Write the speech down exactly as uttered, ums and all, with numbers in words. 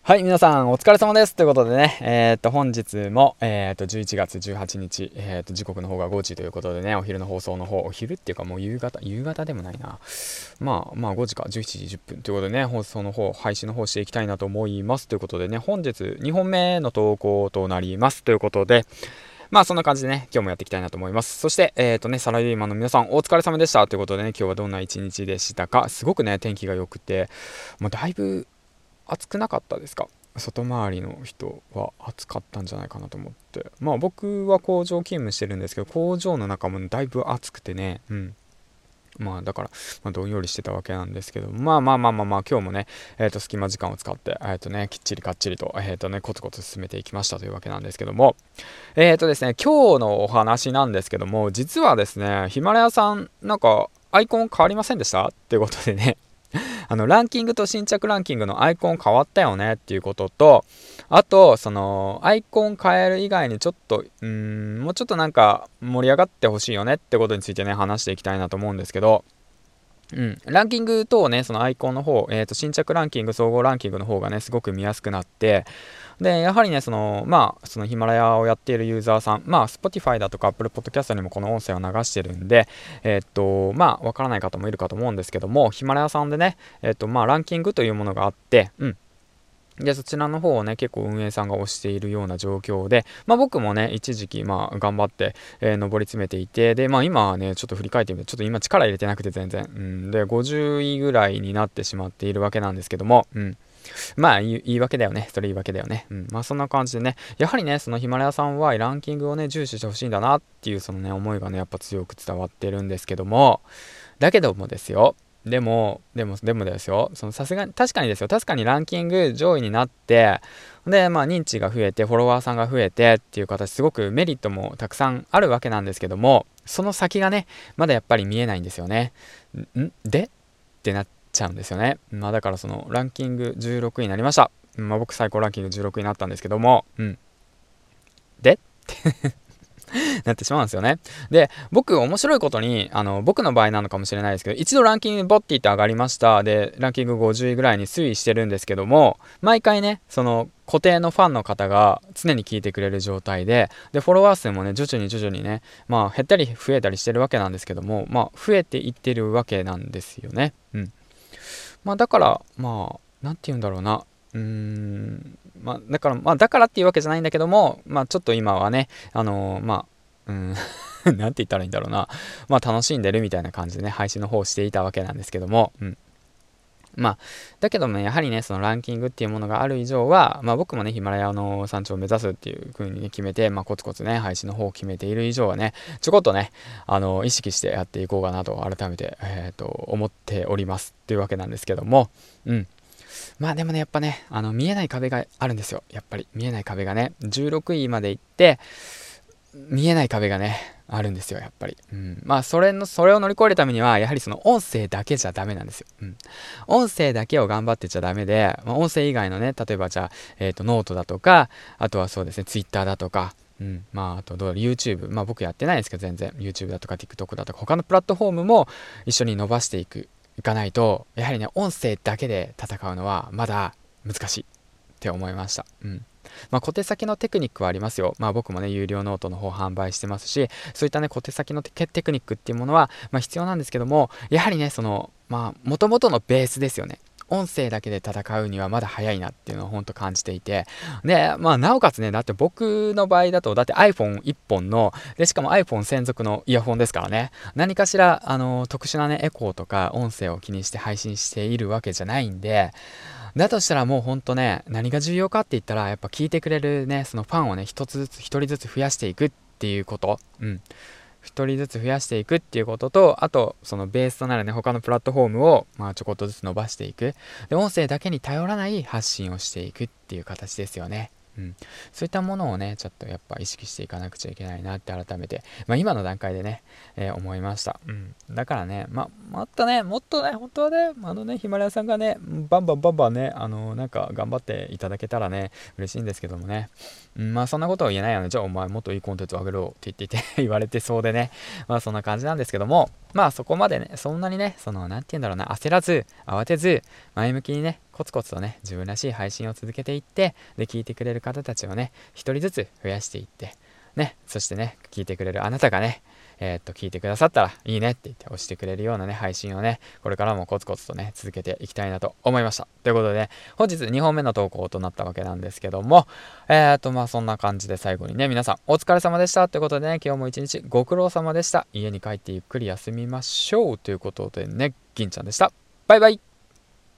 はい、皆さんお疲れ様ですということでね、えー、っと本日も、えー、っとじゅういちがつじゅうはちにち、えー、っと時刻の方がごじということでね、お昼の放送の方、お昼っていうかもう夕方、夕方でもないな、まあまあごじか、じゅうしちじじゅっぷんということでね、放送の方、配信の方していきたいなと思いますということでね、本日にほんめの投稿となりますということで、まあそんな感じでね、今日もやっていきたいなと思います。そして、えっ、ー、とね、サラリーマンの皆さんお疲れ様でしたということでね、今日はどんな一日でしたか。すごくね、天気が良くて、もうだいぶ暑くなかったですか。外回りの人は暑かったんじゃないかなと思って、まあ僕は工場勤務してるんですけど、工場の中もだいぶ暑くてね、うんまあだから、まあ、どんよりしてたわけなんですけど、まあまあまあまあまあ今日もね、えっ、ー、と隙間時間を使って、えっ、ー、とね、きっちりかっちりと、えっ、ー、とね、コツコツ進めていきましたというわけなんですけども、えっ、とですね、今日のお話なんですけども、実はですね、ヒマラヤさん、なんかアイコン変わりませんでしたっていうことでね、あのランキングと新着ランキングのアイコン変わったよねっていうことと、あとそのアイコン変える以外にちょっとうーんもうちょっとなんか盛り上がってほしいよねってことについてね話していきたいなと思うんですけど、うん、ランキングとねそのアイコンの方、えー、と新着ランキング総合ランキングの方がねすごく見やすくなって、でやはりねそのまあそのヒマラヤをやっているユーザーさん、まあ Spotify だとか Apple Podcast にもこの音声を流してるんで、えっとまあわからない方もいるかと思うんですけども、ヒマラヤさんでねえっとまあランキングというものがあって、うんでそちらの方をね結構運営さんが推しているような状況で、まあ、僕もね一時期まあ頑張って、えー、上り詰めていて、でまあ今はねちょっと振り返ってみてちょっと今力入れてなくて全然、うん、でごじゅういぐらいになってしまっているわけなんですけども、うんまあ言い訳だよね。それ言い訳だよね。うん。まあそんな感じでね。やはりね、そのヒマラヤさんはランキングをね、重視してほしいんだなっていうそのね、思いがね、やっぱ強く伝わってるんですけども、だけどもですよ。でも、でも、でもですよ。そのさすがに、確かにですよ。確かにランキング上位になって、で、まあ認知が増えて、フォロワーさんが増えてっていう形、すごくメリットもたくさんあるわけなんですけども、その先がね、まだやっぱり見えないんですよね。んでってなって、ちゃうんですよね。まあだからそのランキングじゅうろくいになりました。まあ僕最高ランキングじゅうろくいになったんですけども、うん。でなってしまうんですよね。で、僕面白いことに、あの、僕の場合なのかもしれないですけど、一度ランキングボッティって上がりました。で、ランキングごじゅういぐらいに推移してるんですけども、毎回ね、その固定のファンの方が常に聞いてくれる状態で、で、フォロワー数もね、徐々に徐々にね、まあ減ったり増えたりしてるわけなんですけども、まあ増えていってるわけなんですよね。うん。まあだからまあなんて言うんだろうな、うーんまあだからまあだからっていうわけじゃないんだけども、まあちょっと今はねあのー、まあうんなんて言ったらいいんだろうな、まあ楽しんでるみたいな感じでね配信の方をしていたわけなんですけども、うんまあ、だけどもやはりね、そのランキングっていうものがある以上は、まあ僕もね、ヒマラヤの山頂を目指すっていう風にね、決めて、まあコツコツね、配信の方を決めている以上はね、ちょこっとね、あの、意識してやっていこうかなと、改めて、えっと、思っておりますっていうわけなんですけども、うん。まあでもね、やっぱね、あの、見えない壁があるんですよ。やっぱり、見えない壁がね、じゅうろくいまで行って、見えない壁がね、あるんですよ、やっぱり。うん。まあ、それの、それを乗り越えるためには、やはりその音声だけじゃダメなんですよ。うん。音声だけを頑張ってちゃダメで、まあ、音声以外のね、例えばじゃあ、えっと、ノートだとか、あとはそうですね、ツイッターだとか、うん。まあ、あとどうだろう、YouTube。まあ、僕やってないですけど、全然。YouTube だとか TikTok だとか、他のプラットフォームも一緒に伸ばしていく、いかないと、やはりね、音声だけで戦うのは、まだ難しいって思いました。うん。まあ、小手先のテクニックはありますよ。まあ、僕もね、有料ノートの方販売してますし、そういったね、小手先のテテクニックっていうものは、まあ、必要なんですけども、やはりね、その、まあ、元々のベースですよね。音声だけで戦うにはまだ早いなっていうのを本当感じていて。で、まあ、なおかつね、だって僕の場合だと、だって アイフォンいっ 本の、で、しかも iPhone 専属のイヤホンですからね。何かしら、あの、特殊なね、エコーとか音声を気にして配信しているわけじゃないんで、だとしたらもうほんとね、何が重要かって言ったら、やっぱ聞いてくれるね、そのファンをね、一つずつ、一人ずつ増やしていくっていうこと。うん。一人ずつ増やしていくっていうことと、あと、そのベースとなるね、他のプラットフォームを、まあ、ちょこっとずつ伸ばしていく。で、音声だけに頼らない発信をしていくっていう形ですよね。うん、そういったものをねちょっとやっぱ意識していかなくちゃいけないなって改めて、まあ、今の段階でね、えー思いました、うん、だからね、ま、もっとねもっとね本当はねあのねヒマラヤさんがねバンバンバンバンねあのなんか頑張っていただけたらね嬉しいんですけどもね、うん、まあそんなことは言えないよね。じゃあお前もっといいコンテンツを上げろって言っていて言われてそうでね、まあそんな感じなんですけども、 まあそこまでね、そんなにね、その、なんて言うんだろうな、焦らず、慌てず、前向きにね、コツコツとね、自分らしい配信を続けていって、で、聞いてくれる方たちをね、一人ずつ増やしていって、ね、そしてね、聞いてくれるあなたがね、えーっと、聞いてくださったらいいねって言って押してくれるようなね、配信をね、これからもコツコツとね、続けていきたいなと思いました。ということでね、本日にほんめの投稿となったわけなんですけども、えーっと、まあそんな感じで最後にね、皆さんお疲れ様でしたということでね、今日も一日ご苦労様でした。家に帰ってゆっくり休みましょうということでね、銀ちゃんでした。バイバイ。